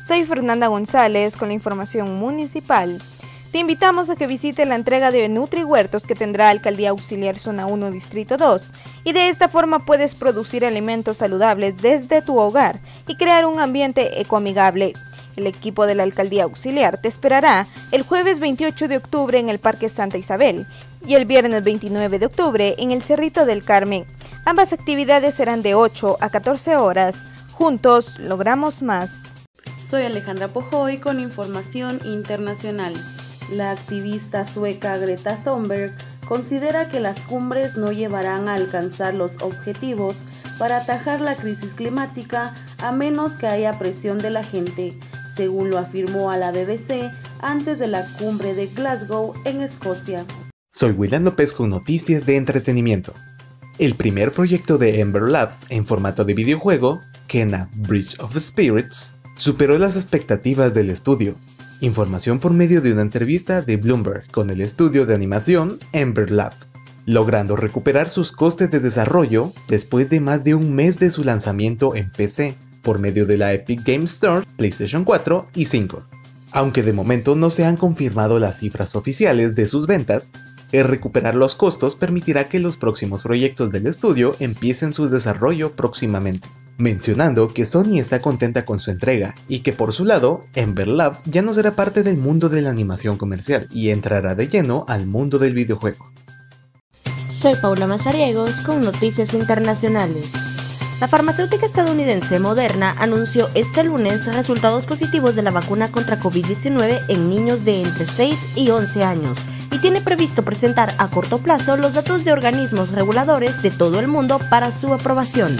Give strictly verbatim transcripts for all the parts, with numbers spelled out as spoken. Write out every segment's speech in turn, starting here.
Soy Fernanda González con la información municipal. Te invitamos a que visite la entrega de NutriHuertos que tendrá Alcaldía Auxiliar Zona uno Distrito dos, y de esta forma puedes producir alimentos saludables desde tu hogar y crear un ambiente ecoamigable. El equipo de la Alcaldía Auxiliar te esperará el jueves veintiocho de octubre en el Parque Santa Isabel y el viernes veintinueve de octubre en el Cerrito del Carmen. Ambas actividades serán de ocho a catorce horas. Juntos logramos más. Soy Alejandra Pojoy con información internacional. La activista sueca Greta Thunberg considera que las cumbres no llevarán a alcanzar los objetivos para atajar la crisis climática a menos que haya presión de la gente, según lo afirmó a la B B C antes de la cumbre de Glasgow en Escocia. Soy William López con noticias de entretenimiento. El primer proyecto de Ember Lab en formato de videojuego, Kena Bridge of Spirits, superó las expectativas del estudio. Información por medio de una entrevista de Bloomberg con el estudio de animación Ember Lab, logrando recuperar sus costes de desarrollo después de más de un mes de su lanzamiento en P C, por medio de la Epic Games Store, PlayStation cuatro y cinco. Aunque de momento no se han confirmado las cifras oficiales de sus ventas, el recuperar los costos permitirá que los próximos proyectos del estudio empiecen su desarrollo próximamente, mencionando que Sony está contenta con su entrega y que por su lado, Ember Lab ya no será parte del mundo de la animación comercial y entrará de lleno al mundo del videojuego. Soy Paula Mazariegos con noticias internacionales. La farmacéutica estadounidense Moderna anunció este lunes resultados positivos de la vacuna contra COVID diecinueve en niños de entre seis y once años y tiene previsto presentar a corto plazo los datos de organismos reguladores de todo el mundo para su aprobación.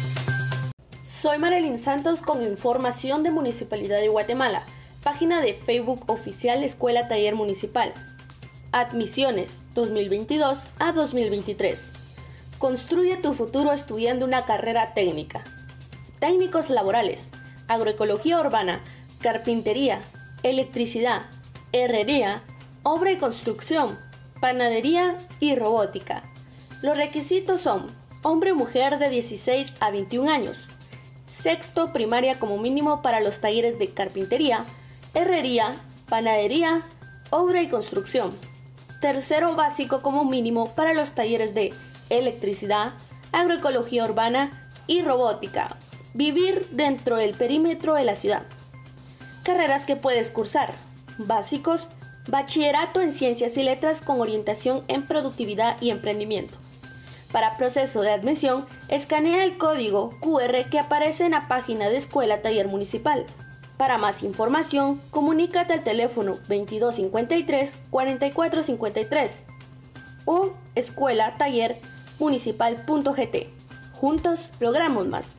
Soy Marilyn Santos con información de Municipalidad de Guatemala, página de Facebook oficial Escuela Taller Municipal. Admisiones dos mil veintidós a dos mil veintitrés. Construye tu futuro estudiando una carrera técnica. Técnicos laborales, agroecología urbana, carpintería, electricidad, herrería, obra y construcción, panadería y robótica. Los requisitos son hombre o mujer de dieciséis a veintiún años, sexto primaria como mínimo para los talleres de carpintería, herrería, panadería, obra y construcción, tercero básico como mínimo para los talleres de electricidad, agroecología urbana y robótica. Vivir dentro del perímetro de la ciudad. Carreras que puedes cursar: básicos, bachillerato en ciencias y letras con orientación en productividad y emprendimiento. Para proceso de admisión, escanea el código cu erre que aparece en la página de Escuela Taller Municipal. Para más información, comunícate al teléfono veintidós cincuenta y tres, cuarenta y cuatro cincuenta y tres o escuela taller municipal punto gt. Juntos logramos más.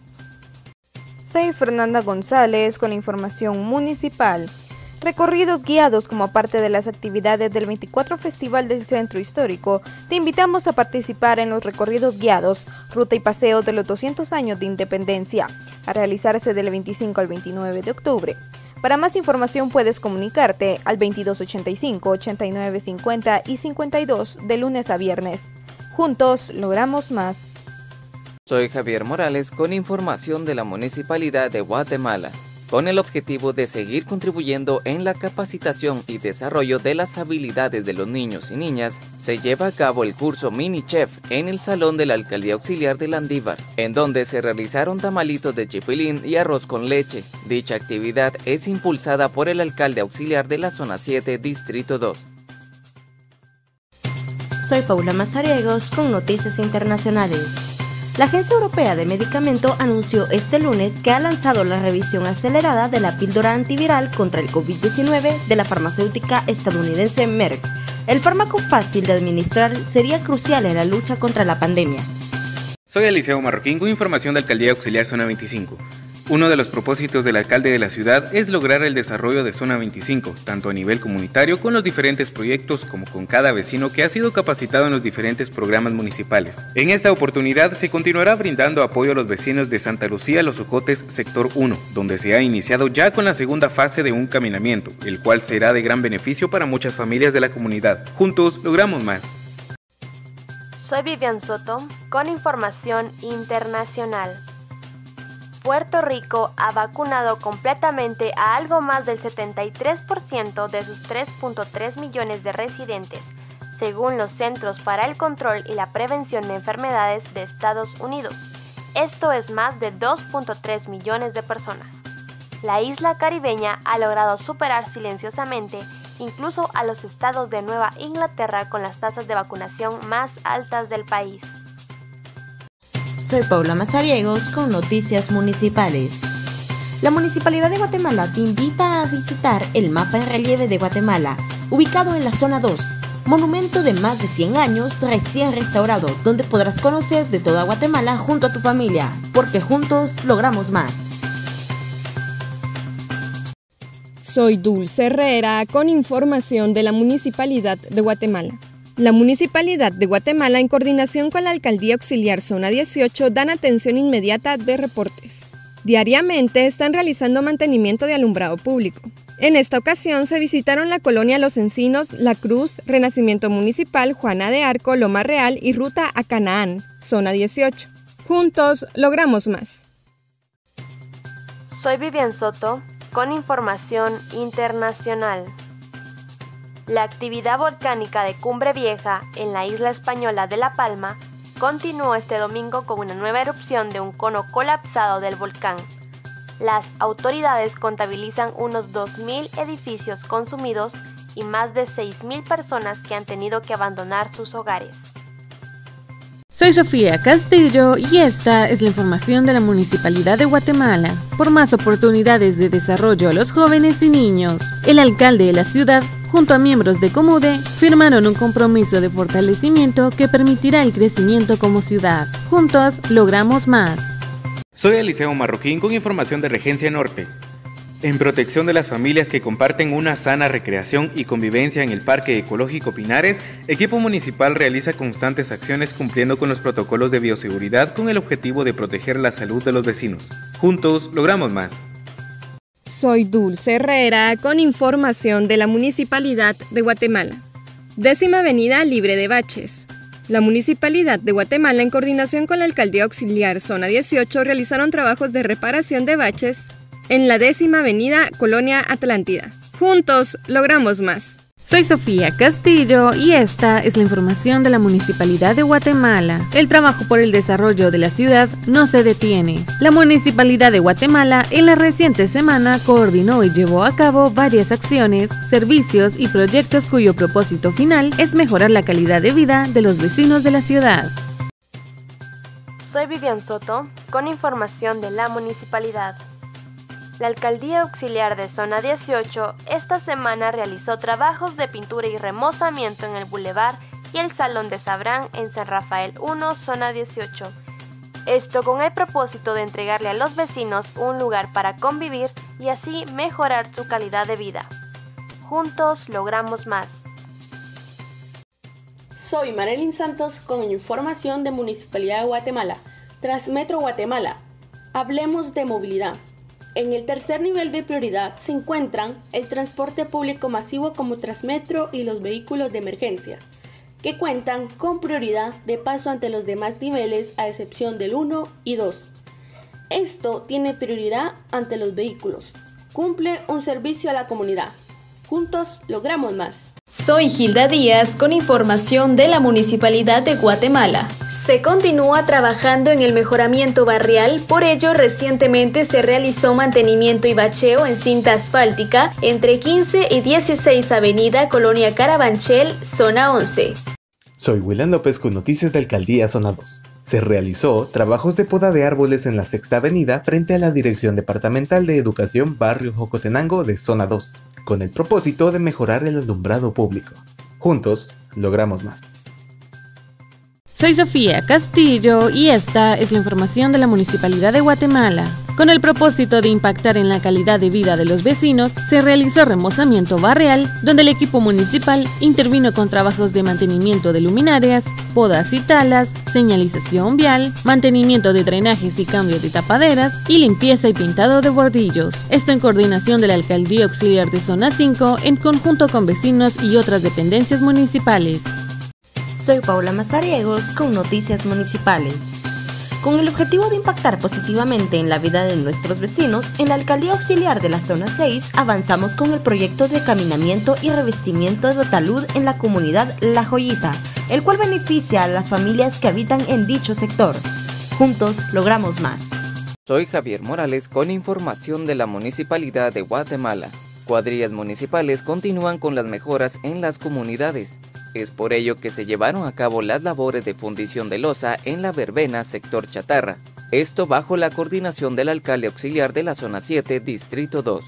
Soy Fernanda González con la información municipal. Recorridos guiados como parte de las actividades del veinticuatro Festival del Centro Histórico. Te invitamos a participar en los recorridos guiados, ruta y paseo de los doscientos años de independencia, a realizarse del veinticinco al veintinueve de octubre. Para más información puedes comunicarte al veintidós ochenta y cinco, ochenta y nueve cincuenta y cincuenta y dos de lunes a viernes. Juntos logramos más. Soy Javier Morales con información de la Municipalidad de Guatemala. Con el objetivo de seguir contribuyendo en la capacitación y desarrollo de las habilidades de los niños y niñas, se lleva a cabo el curso Mini Chef en el Salón de la Alcaldía Auxiliar de Landívar, en donde se realizaron tamalitos de chipilín y arroz con leche. Dicha actividad es impulsada por el alcalde auxiliar de la Zona siete, Distrito dos. Soy Paula Mazariegos con noticias internacionales. La Agencia Europea de Medicamento anunció este lunes que ha lanzado la revisión acelerada de la píldora antiviral contra el COVID diecinueve de la farmacéutica estadounidense Merck. El fármaco fácil de administrar sería crucial en la lucha contra la pandemia. Soy Eliseo Marroquín con información de Alcaldía Auxiliar Zona veinticinco. Uno de los propósitos del alcalde de la ciudad es lograr el desarrollo de Zona veinticinco, tanto a nivel comunitario con los diferentes proyectos como con cada vecino que ha sido capacitado en los diferentes programas municipales. En esta oportunidad se continuará brindando apoyo a los vecinos de Santa Lucía Los Ocotes Sector uno, donde se ha iniciado ya con la segunda fase de un caminamiento, el cual será de gran beneficio para muchas familias de la comunidad. Juntos logramos más. Soy Vivian Soto con información internacional. Puerto Rico ha vacunado completamente a algo más del setenta y tres por ciento de sus tres punto tres millones de residentes, según los Centros para el Control y la Prevención de Enfermedades de Estados Unidos. Esto es más de dos punto tres millones de personas. La isla caribeña ha logrado superar silenciosamente incluso a los estados de Nueva Inglaterra con las tasas de vacunación más altas del país. Soy Paula Mazariegos con Noticias Municipales. La Municipalidad de Guatemala te invita a visitar el mapa en relieve de Guatemala, ubicado en la zona dos, monumento de más de cien años recién restaurado, donde podrás conocer de toda Guatemala junto a tu familia, porque juntos logramos más. Soy Dulce Herrera con información de la Municipalidad de Guatemala. La Municipalidad de Guatemala, en coordinación con la Alcaldía Auxiliar Zona dieciocho, dan atención inmediata de reportes. Diariamente están realizando mantenimiento de alumbrado público. En esta ocasión se visitaron la colonia Los Encinos, La Cruz, Renacimiento Municipal, Juana de Arco, Loma Real y Ruta a Canaán, Zona dieciocho. Juntos logramos más. Soy Vivian Soto con información internacional. La actividad volcánica de Cumbre Vieja en la isla española de La Palma continuó este domingo con una nueva erupción de un cono colapsado del volcán. Las autoridades contabilizan unos dos mil edificios consumidos y más de seis mil personas que han tenido que abandonar sus hogares. Soy Sofía Castillo y esta es la información de la Municipalidad de Guatemala. Por más oportunidades de desarrollo a los jóvenes y niños, el alcalde de la ciudad, junto a miembros de Comude, firmaron un compromiso de fortalecimiento que permitirá el crecimiento como ciudad. Juntos logramos más. Soy Eliseo Marroquín con información de Regencia Norte. En protección de las familias que comparten una sana recreación y convivencia en el Parque Ecológico Pinares, Equipo Municipal realiza constantes acciones cumpliendo con los protocolos de bioseguridad con el objetivo de proteger la salud de los vecinos. Juntos logramos más. Soy Dulce Herrera con información de la Municipalidad de Guatemala. Décima Avenida libre de baches. La Municipalidad de Guatemala, en coordinación con la Alcaldía Auxiliar Zona dieciocho, realizaron trabajos de reparación de baches en la décima Avenida Colonia Atlántida. Juntos logramos más. Soy Sofía Castillo y esta es la información de la Municipalidad de Guatemala. El trabajo por el desarrollo de la ciudad no se detiene. La Municipalidad de Guatemala en la reciente semana coordinó y llevó a cabo varias acciones, servicios y proyectos cuyo propósito final es mejorar la calidad de vida de los vecinos de la ciudad. Soy Vivian Soto con información de la Municipalidad. La Alcaldía Auxiliar de Zona dieciocho esta semana realizó trabajos de pintura y remozamiento en el Boulevard y el Salón de Sabrán en San Rafael uno, Zona dieciocho. Esto con el propósito de entregarle a los vecinos un lugar para convivir y así mejorar su calidad de vida. Juntos logramos más. Soy Marilyn Santos con información de Municipalidad de Guatemala. Transmetro Guatemala. Hablemos de movilidad. En el tercer nivel de prioridad se encuentran el transporte público masivo como Transmetro y los vehículos de emergencia, que cuentan con prioridad de paso ante los demás niveles a excepción del uno y dos. Esto tiene prioridad ante los vehículos. Cumple un servicio a la comunidad. Juntos logramos más. Soy Hilda Díaz con información de la Municipalidad de Guatemala. Se continúa trabajando en el mejoramiento barrial, por ello recientemente se realizó mantenimiento y bacheo en cinta asfáltica entre quince y dieciséis Avenida Colonia Carabanchel, Zona once. Soy William López con noticias de Alcaldía Zona dos. Se realizó trabajos de poda de árboles en la Sexta Avenida frente a la Dirección Departamental de Educación Barrio Jocotenango de Zona dos, con el propósito de mejorar el alumbrado público. Juntos, logramos más. Soy Sofía Castillo y esta es la información de la Municipalidad de Guatemala. Con el propósito de impactar en la calidad de vida de los vecinos, se realizó remozamiento barrial, donde el equipo municipal intervino con trabajos de mantenimiento de luminarias, podas y talas, señalización vial, mantenimiento de drenajes y cambio de tapaderas, y limpieza y pintado de bordillos. Esto en coordinación de la Alcaldía Auxiliar de Zona cinco en conjunto con vecinos y otras dependencias municipales. Soy Paula Mazariegos con Noticias Municipales. Con el objetivo de impactar positivamente en la vida de nuestros vecinos, en la Alcaldía Auxiliar de la Zona seis avanzamos con el proyecto de caminamiento y revestimiento de talud en la comunidad La Joyita, el cual beneficia a las familias que habitan en dicho sector. Juntos logramos más. Soy Javier Morales con información de la Municipalidad de Guatemala. Cuadrillas municipales continúan con las mejoras en las comunidades. Es por ello que se llevaron a cabo las labores de fundición de losa en la verbena sector Chatarra. Esto bajo la coordinación del alcalde auxiliar de la zona siete, distrito dos.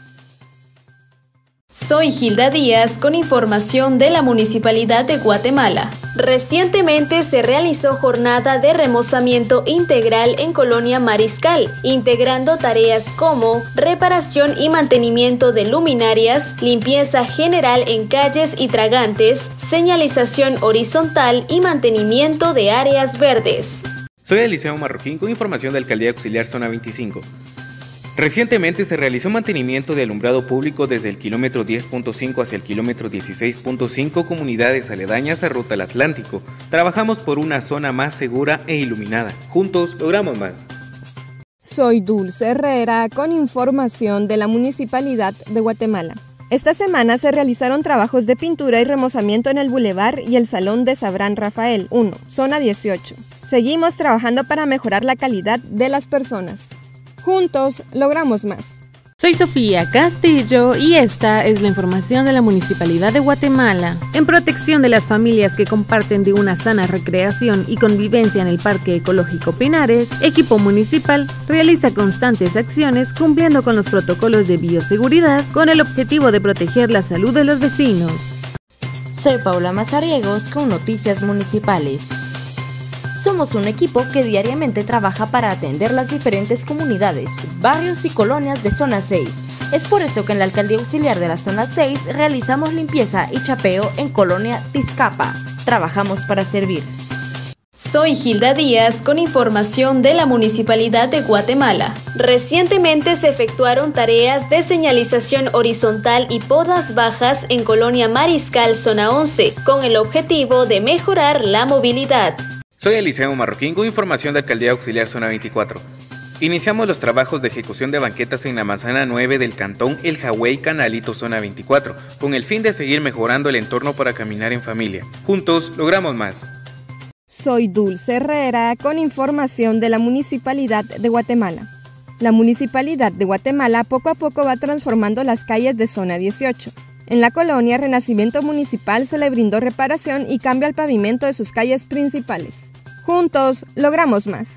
Soy Hilda Díaz con información de la Municipalidad de Guatemala. Recientemente se realizó jornada de remozamiento integral en Colonia Mariscal, integrando tareas como reparación y mantenimiento de luminarias, limpieza general en calles y tragantes, señalización horizontal y mantenimiento de áreas verdes. Soy Eliseo Marroquín con información de Alcaldía Auxiliar Zona veinticinco. Recientemente se realizó mantenimiento de alumbrado público desde el kilómetro diez punto cinco hacia el kilómetro dieciséis punto cinco, comunidades aledañas a Ruta al Atlántico. Trabajamos por una zona más segura e iluminada. Juntos logramos más. Soy Dulce Herrera con información de la Municipalidad de Guatemala. Esta semana se realizaron trabajos de pintura y remozamiento en el Boulevard y el Salón de Sabrán Rafael uno, zona dieciocho. Seguimos trabajando para mejorar la calidad de las personas. Juntos logramos más. Soy Sofía Castillo y esta es la información de la Municipalidad de Guatemala. En protección de las familias que comparten de una sana recreación y convivencia en el Parque Ecológico Pinares, Equipo Municipal realiza constantes acciones cumpliendo con los protocolos de bioseguridad con el objetivo de proteger la salud de los vecinos. Soy Paula Mazariegos con Noticias Municipales. Somos un equipo que diariamente trabaja para atender las diferentes comunidades, barrios y colonias de Zona seis. Es por eso que en la Alcaldía Auxiliar de la Zona seis realizamos limpieza y chapeo en Colonia Tizcapa. Trabajamos para servir. Soy Hilda Díaz con información de la Municipalidad de Guatemala. Recientemente se efectuaron tareas de señalización horizontal y podas bajas en Colonia Mariscal, zona once, con el objetivo de mejorar la movilidad. Soy Eliseo Marroquín con información de Alcaldía Auxiliar Zona veinticuatro. Iniciamos los trabajos de ejecución de banquetas en la manzana nueve del cantón El Jagüey Canalito Zona veinticuatro, con el fin de seguir mejorando el entorno para caminar en familia. Juntos logramos más. Soy Dulce Herrera con información de la Municipalidad de Guatemala. La Municipalidad de Guatemala poco a poco va transformando las calles de Zona dieciocho. En la colonia Renacimiento Municipal se le brindó reparación y cambio al pavimento de sus calles principales. Juntos logramos más.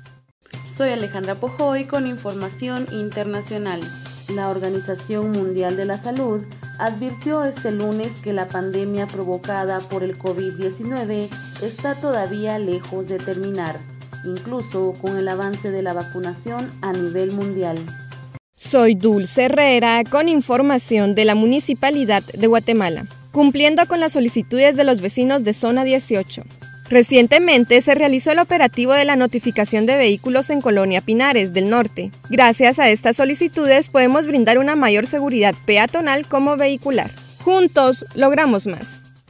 Soy Alejandra Pojoy con información internacional. La Organización Mundial de la Salud advirtió este lunes que la pandemia provocada por el COVID diecinueve está todavía lejos de terminar, incluso con el avance de la vacunación a nivel mundial. Soy Dulce Herrera con información de la Municipalidad de Guatemala, cumpliendo con las solicitudes de los vecinos de Zona dieciocho. Recientemente se realizó el operativo de la notificación de vehículos en Colonia Pinares del Norte. Gracias a estas solicitudes podemos brindar una mayor seguridad peatonal como vehicular. Juntos logramos más.